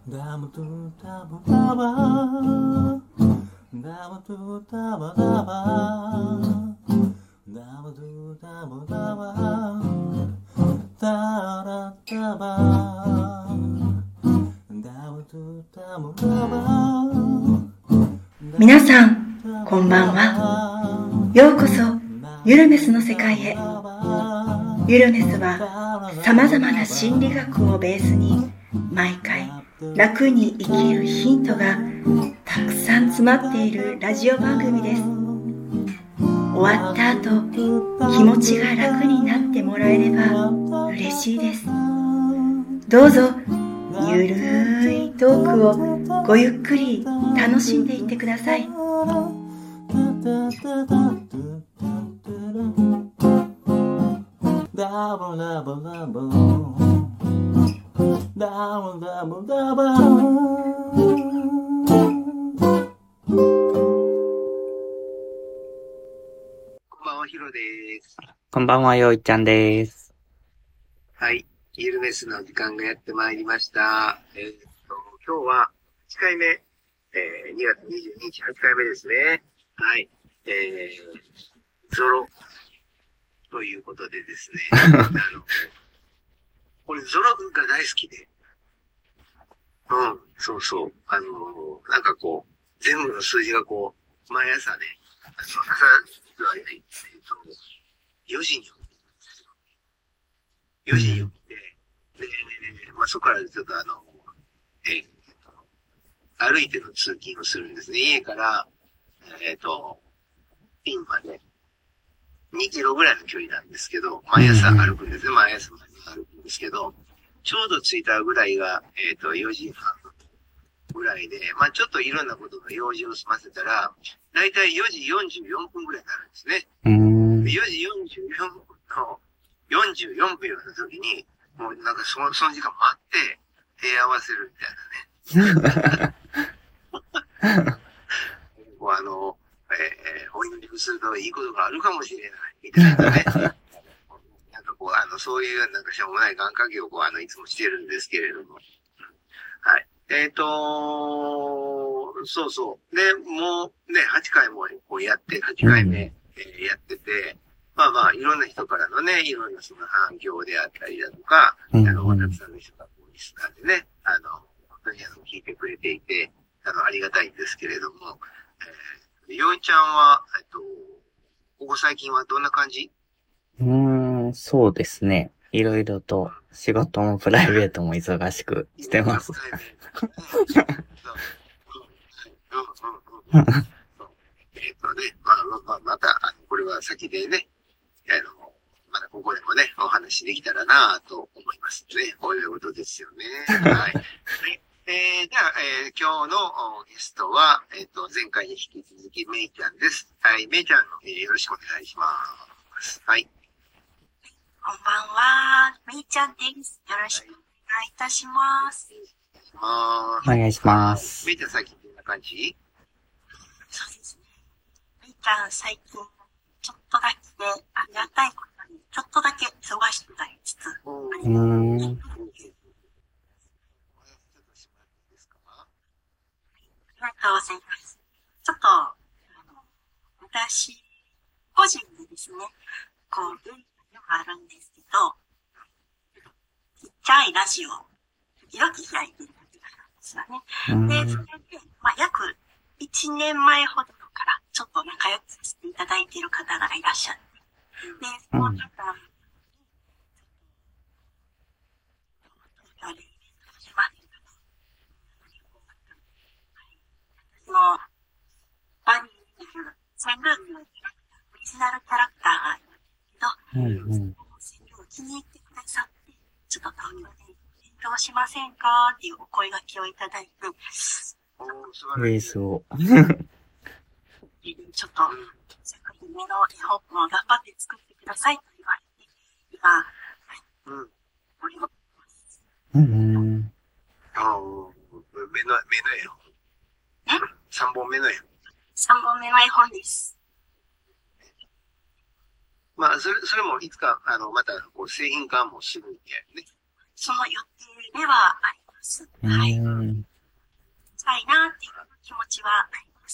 ダムトゥダムダバダムトゥダバダバダムトゥダムダバダラダバダムトゥダムダバ。 皆さんこんばんは。ようこそユルメスの世界へ。ユルメスはさまざまな心理学をベースに毎回楽に生きるヒントがたくさん詰まっているラジオ番組です。終わった後気持ちが楽になってもらえれば嬉しいです。どうぞゆるいトークをごゆっくり楽しんでいってください。 ダブダブダブダブダブダブ。 こんばんは、ヒロです。 こんばんは、よいちゃんです。 はい、ゆるメスの時間がやってまいりました。今日は8回目、2月22日8回目ですね。はい、ゾロということでですね。俺ゾロが大好きで。そうそう。なんかこう、全部の数字がこう、毎朝ね、朝、実はね、4時に起きて、4時に起きて、で、そこからちょっと歩いての通勤をするんですね。家から、ピンまで2キロぐらいの距離なんですけど、毎朝歩くんですね。毎朝歩くんですけど、ちょうど着いたぐらいが、4時半ぐらいで、ちょっといろんなことの用事を済ませたら、だいたい4時44分ぐらいになるんですね。4時44分の44秒の時に、もうなんかその時間待って、手合わせるみたいなね。お祈りするといいことがあるかもしれないみたいなね。なんかこう、そういうなんかしょうもない願掛けをこう、いつもしてるんですけれども。はい。そうそう。で、もうね、8回もこうやって、8回目、やってて、いろんな人からのね、いろんなその反響であったりだとか、たくさんの人がこうリスナーでね、本当に聞いてくれていて、ありがたいんですけれども、よいちゃんは、ここ最近はどんな感じ？ そうですね。いろいろと仕事もプライベートも忙しくしてます。 また、これは先でね、まだここでもね、お話できたらなぁと思いますね。こういうことですよね。はい。では、今日のゲストは、前回に引き続き、めいちゃんです。はい、めいちゃん、よろしくお願いします。はい。 こんばんは、めいちゃんです。よろしくお願いいたします。 お願いします。 めいちゃん最近どんな感じ？ そうですね。めいちゃん最近、ちょっとだけありがたいことに、ちょっとだけ忙しくなりつつあります。ありがとうございます。ちょっと、私、個人でですね、こう、文化があるんですけど、ちっちゃいラジオを時々開いてるんですよね。で、それで、約1年前ほどから、ちょっと仲良くさせていただいている方がいらっしゃって、で、その方に、の場にいるセンルームのオリジナルキャラクターがいるんですけど、センルームを気に入ってくださって、ちょっと東京で勉強しませんかっていうお声掛けをいただいて、 すごい。 ちょっと作品目の絵本を頑張って作ってくださいと言われて、今、おります。 目の絵本。3本目の絵本。 3本目の絵本です。 それもいつか、また、製品化もするんだよね。 その予定ではあります。 。 うはい。 ん。 したいなっていう気持ちはあります。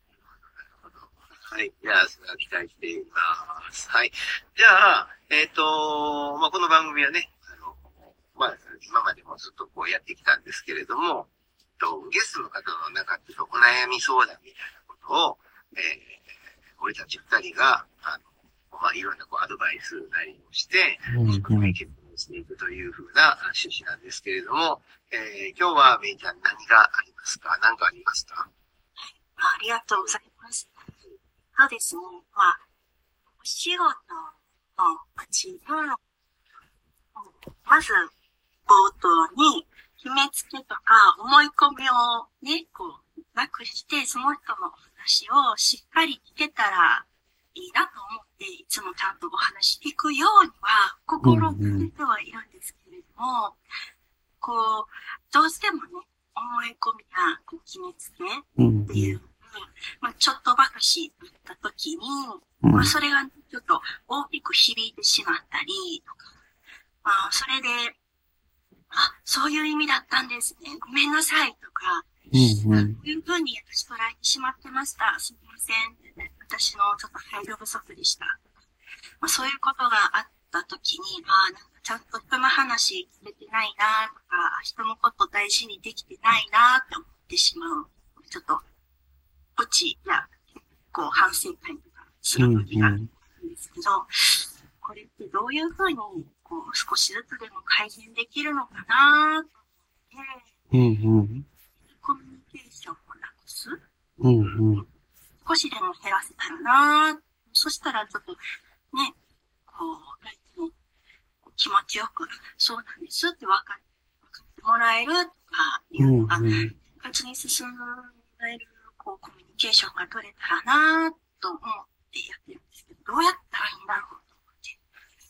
はい。じゃあ、それは期待しています。はい。じゃあ、まあ、この番組はね、まあ、今までもずっとこうやってきたんですけれども、ゲストの方の中でお悩み相談みたいなことを、俺たち二人が、まあ、いろんなこうアドバイスなりをして、決定していくというふうな趣旨なんですけれども、今日はめいちゃん何がありますか？何かありますか？ ありがとうございます。そうですね。まあ、お仕事のうちの、まず、冒頭に、決めつけとか思い込みをね、こう、なくして、その人のお話をしっかり聞けたらいいなと思って、いつもちゃんとお話していくようには、心がけてはいるんですけれども、こう、どうしてもね、思い込みや決めつけっていうまあ、ちょっとばかし言ったときに、まあ、それがちょっと大きく響いてしまったりとか、まあ、それで、あ、そういう意味だったんですね。ごめんなさいとか、こういうふうに私捉えてしまってました。すみません。私のちょっと配慮不足でした。まあ、そういうことがあったときに、まあ、なんかちゃんと人の話聞けてないなとか、人のこと大事にできてないなって思ってしまう。ちょっとうちや、こう、反省会とかする時があるんですけど、これってどういうふうに、こう、少しずつでも改善できるのかなと思って、コミュニケーションをなくす、少しでも減らせたらなそしたらちょっと、ね、こう、相手の気持ちよく、そうなんですって分かってもらえるとかいうのが、活に進める、こう、コミュニケーションが取れたらなと思ってやってるんですけど、どうやったらいいんだろうと思って。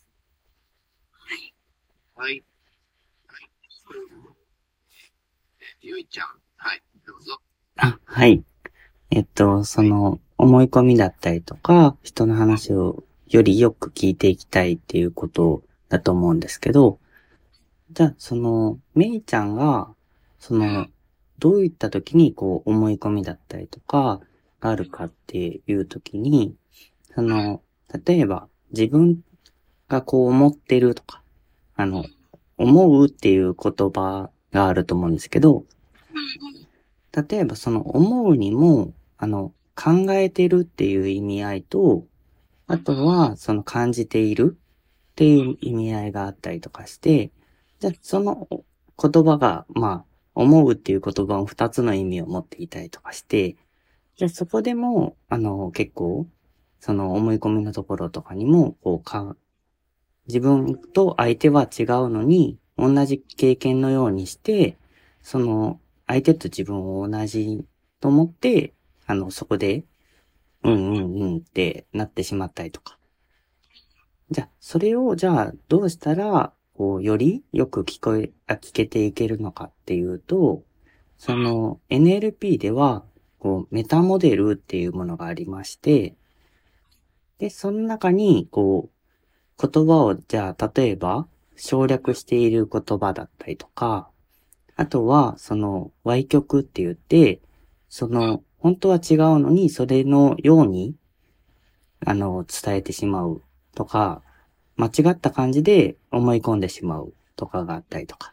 はい。はい。ゆいちゃん。はい。どうぞ。 はい。その、思い込みだったりとか、人の話をよりよく聞いていきたいっていうことだと思うんですけど、じゃあ、その、めいちゃんが、その、どういった時に、こう、思い込みだったりとか、があるかっていう時に、その、例えば、自分がこう思ってるとか、思うっていう言葉があると思うんですけど、例えばその思うにも、考えてるっていう意味合いと、あとはその感じているっていう意味合いがあったりとかして、じゃあその言葉が、まあ、思うっていう言葉も二つの意味を持っていたりとかして、じゃあそこでも、結構、その思い込みのところとかにも、こう自分と相手は違うのに、同じ経験のようにして、その、相手と自分を同じと思って、そこで、ってなってしまったりとか。じゃあ、それを、じゃあ、どうしたら、こう、よりよく聞けていけるのかっていうと、その、NLP では、こう、メタモデルっていうものがありまして、で、その中に、こう、言葉を、じゃあ、例えば、省略している言葉だったりとか、あとは、その、歪曲って言って、その、本当は違うのに、それのように、伝えてしまうとか、間違った感じで思い込んでしまうとかがあったりとか。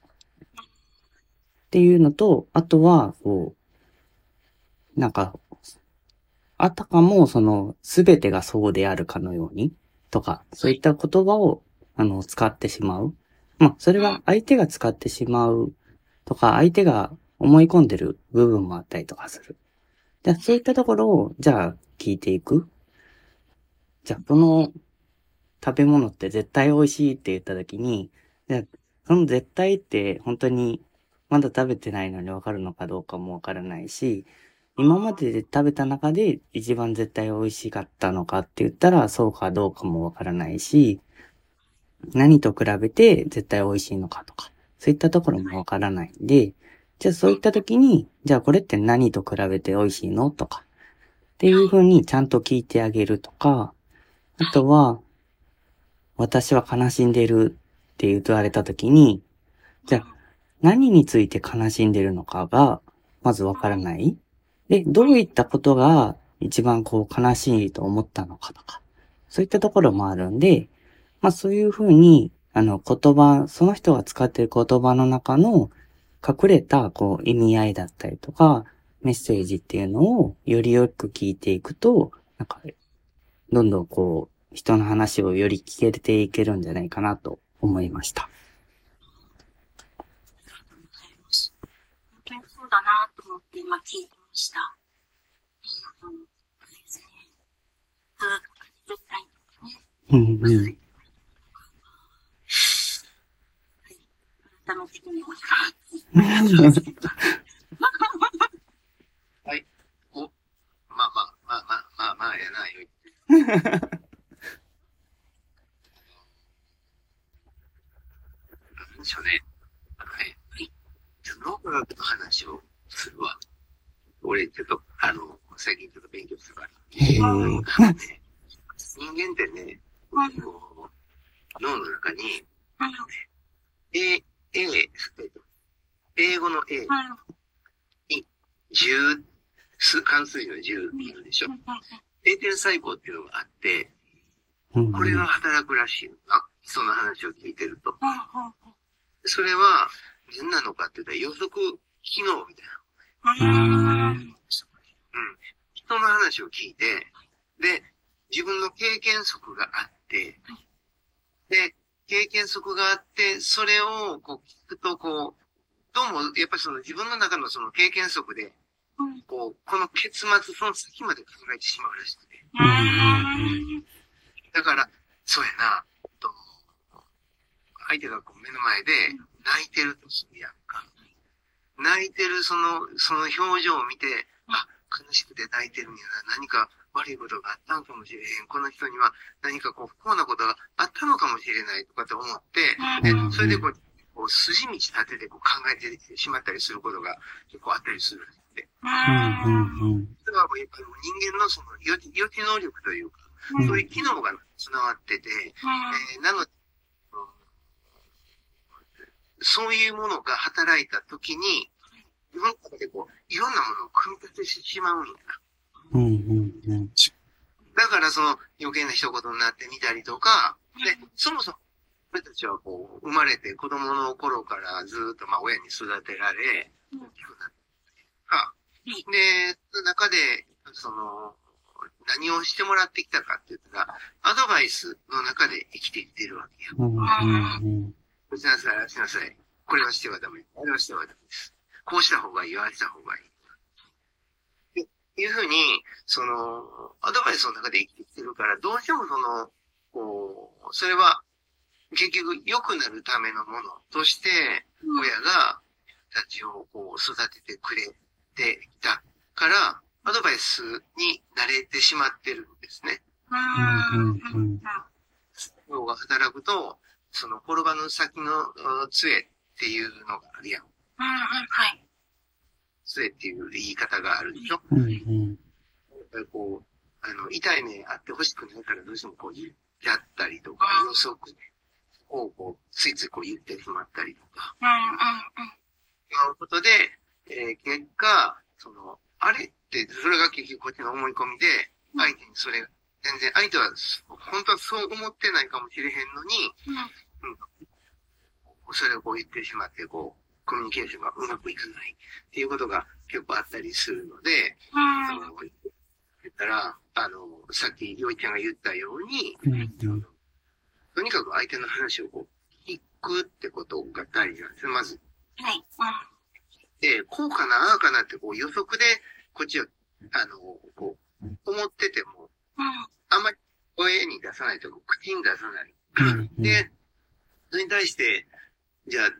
っていうのと、あとは、こう、なんか、あたかも、その、すべてがそうであるかのように、とか、そういった言葉を、使ってしまう。まあ、それは相手が使ってしまうとか、相手が思い込んでる部分もあったりとかする。じゃあ、そういったところを、じゃあ、聞いていく。じゃあ、この食べ物って絶対美味しいって言ったときに、じゃあ、その絶対って本当にまだ食べてないのにわかるのかどうかもわからないし、今までで食べた中で一番絶対美味しかったのかって言ったらそうかどうかもわからないし、何と比べて絶対美味しいのかとか、そういったところもわからないんで、じゃあそういった時に、じゃあこれって何と比べて美味しいのとか、っていう風にちゃんと聞いてあげるとか、あとは、私は悲しんでるって言われた時に、じゃあ、 何について悲しんでるのかが、まずわからない。で、どういったことが一番こう悲しいと思ったのかとか、そういったところもあるんで、まあそういうふうに、言葉、その人が使っている言葉の中の隠れたこう意味合いだったりとか、メッセージっていうのをよりよく聞いていくと、なんか、どんどんこう、人の話をより聞けていけるんじゃないかなと思いました。 本当にそうだなと思って今聞いてました。ですね。ずっと絶対にね。はい。改めて聞いてます。 はい。お、まあやな、よ。なんでしょうね。はい。脳科学の話をするわ。俺、ちょっと、最近ちょっと勉強するから。人間ってね、脳の中に、英語の A に関数字の10っていうでしょ。栄転細胞っていうのがあって、これが働くらしいのな。その話を聞いてると。それは、何なのかって言ったら予測機能みたいな。人の話を聞いて、で、自分の経験則があって、で、経験則があって、それをこう聞くと、こう、どうも、やっぱりその自分の中のその経験則で、こう、この結末、その先まで考えてしまうらしくて。だから、そうやな、相手がこう目の前で泣いてるとするやんか。泣いてるその表情を見て、あ、悲しくて泣いてるんやな。何か悪いことがあったのかもしれへん。この人には何かこう不幸なことがあったのかもしれないとかって思って、で、それでこう筋道立ててこう考えてしまったりすることが結構あったりするんで。それはもうやっぱり人間のその予知能力というか、そういう機能が備わってて、なので、そういうものが働いたときに、自分の中でこう、いろんなものを組み立ててしまうんだ。だからその余計な一言になってみたりとか、で、そもそも俺たちはこう、生まれて子供の頃からずっとまあ親に育てられ、大きくなってか、で、中で、何をしてもらってきたかって言ったら、アドバイスの中で生きていってるわけよ。こうしなさい、ああしなさい。これはしてはダメ。あれはしてはダメです。こうした方がいい、ああした方がいい。っていうふうに、アドバイスの中で生きてきてるから、どうしてもそれは、結局、良くなるためのものとして、親が、たちをこう、育ててくれてきたから、アドバイスに慣れてしまってるんですね。脳が働くと、その転ばぬ先の杖っていうのがあるやん。 はい。 杖っていう言い方があるでしょ。こう、痛い目あって欲しくないからどうしてもこう言っちゃったりとか、予測をこう、ついついこう言ってしまったりとか。いうことで、結果、あれって、それが結局こっちの思い込みで、相手にそれ、全然、相手は、本当はそう思ってないかもしれへんのに、それをこう言ってしまって、こう、コミュニケーションがうまくいかないっていうことが結構あったりするので、言ったら、さっき、よいちゃんが言ったように、とにかく相手の話をこう、聞くってことが大事なんですよ、まず。 はい。 で、こうかな、ああかなってこう予測で、こっちは、こう、思ってても、あんまり声に出さないとか、口に出さない。で、それに対して、じゃあ、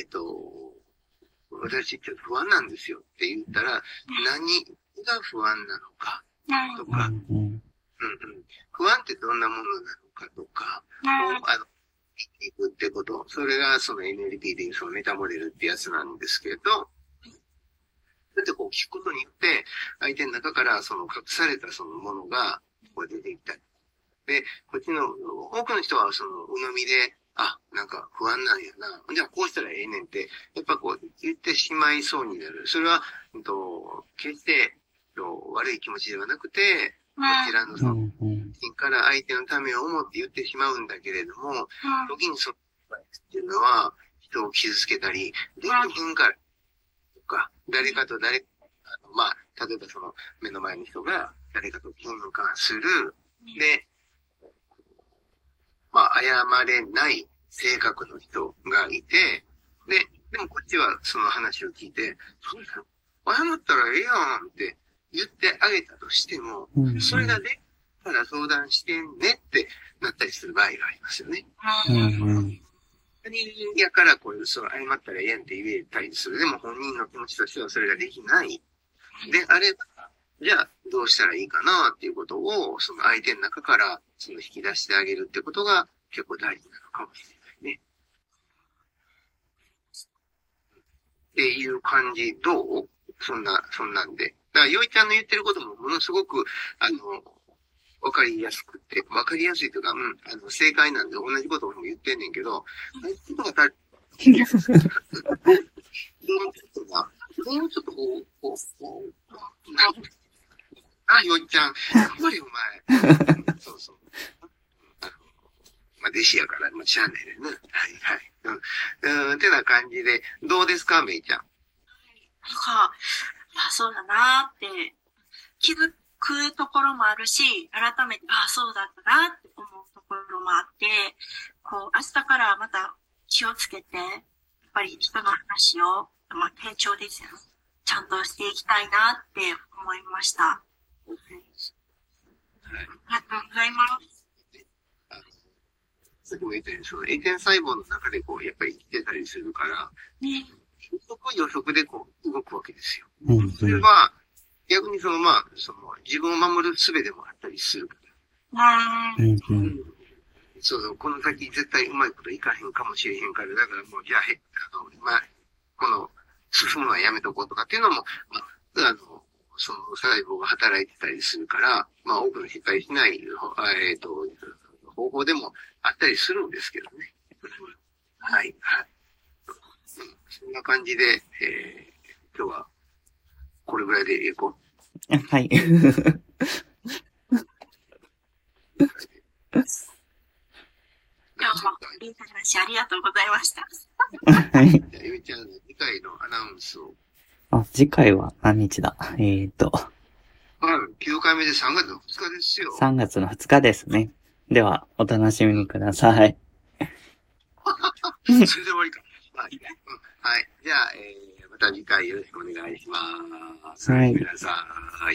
私ちょっと不安なんですよって言ったら、何が不安なのかとか、不安ってどんなものなのかとか、いくってこと、それがその NLP でそのメタモデルってやつなんですけど、だってこう聞くことによって、相手の中からその隠されたそのものがこう出てきたり。で、こっちの多くの人はその鵜呑みで、 なんか不安なんやな。じゃあこうしたらええねんって、やっぱこう言ってしまいそうになる。それは、決して、悪い気持ちではなくて、こちらのその、から相手のためを思って言ってしまうんだけれども、時にそのっていうのは、人を傷つけたり、できへんからとか、誰かと例えばその目の前の人が誰かと喧嘩する。で、謝れない性格の人がいて、でもこっちはその話を聞いて、謝ったらええやんって言ってあげたとしても、それができたら相談してねってなったりする場合がありますよね。他人やから謝ったらええやんって言えたりする。でも本人の気持ちとしてはそれができない。であれば、じゃあどうしたらいいかなっていうことを、その相手の中からその引き出してあげるってことが結構大事なのかもしれないね。っていう感じ、どう？そんなんで。だから、よいちゃんの言ってることもものすごく、わかりやすくて、わかりやすいというか、正解なんで同じことを言ってんねんけど、もうちょっとよいちゃん、やっぱりお前、そう。弟子やから、しゃあないでね。はい。ってな感じで、どうですか、めいちゃん。 そうだなーって気づくところもあるし、改めて、そうだったなって思うところもあって、明日からまた気をつけて、やっぱり人の話を、傾聴ですよね。ちゃんとしていきたいなって思いました。ありがとうございます。 すごい言ってそのエテン細胞の中でやっぱり生きてたりするから、予測で動くわけですよ。それは、逆にその自分を守る術でもあったりするから。そう、この先絶対うまいこといかへんかもしれへんから、だからもう、じゃあ、この、進むのはやめとこうとかっていうのも、その細胞が働いてたりするから、多くの失敗しない、方法でもあったりするんですけどね。はい。そんな感じで、今日は、これぐらいでいこう。はい。 今日もいい話ありがとうございました。 はい。 じゃあ、ゆみちゃん、次回のアナウンスを。 次回は何日だ 9回目で3月の2日ですよ。 3月の2日ですね。では、お楽しみにください。 それで終わりか。はい。じゃあ、また次回よろしくお願いします。 はい。 皆さん。はい。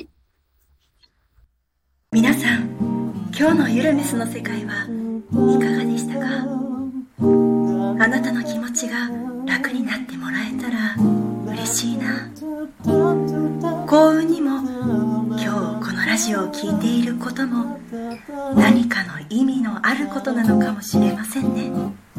皆さん、今日のゆるメスの世界はいかがでしたか？あなたの気持ちが楽になってもらえたら嬉しいな。幸運にも今日このラジオを聞いていることも何かの意味のあることなのかもしれませんね。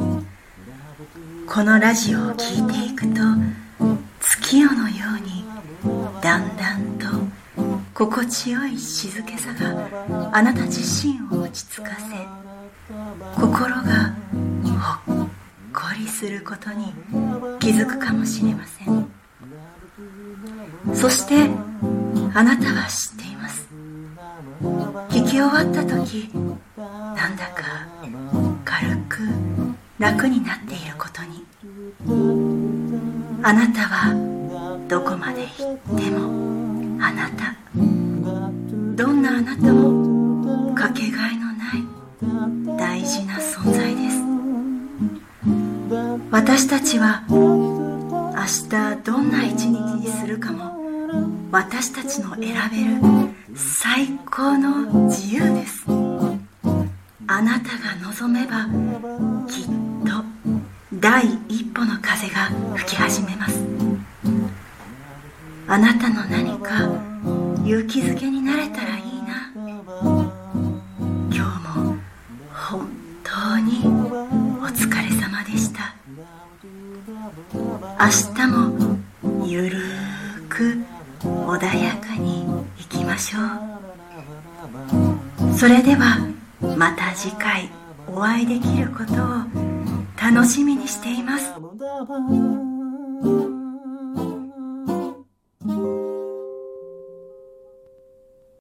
このラジオを聞いていくと月夜のようにだんだんと心地よい静けさがあなた自身を落ち着かせ、心がほっこりすることに気づくかもしれません。そしてあなたは知っています。聞き終わった時、なんだか軽く楽になっていることに。あなたはどこまで行ってもあなた。どんなあなたもかけがえのない大事な存在です。私たちは明日どんな一日にするかも私たちの選べる最高の自由です。あなたが望めばきっと第一歩の風が吹き始めます。あなたの何か勇気づけになれたらいいな。今日も本当にお疲れ様でした。明日もゆるーく穏やかにいきましょう。それではまた次回お会いできることを楽しみにしています。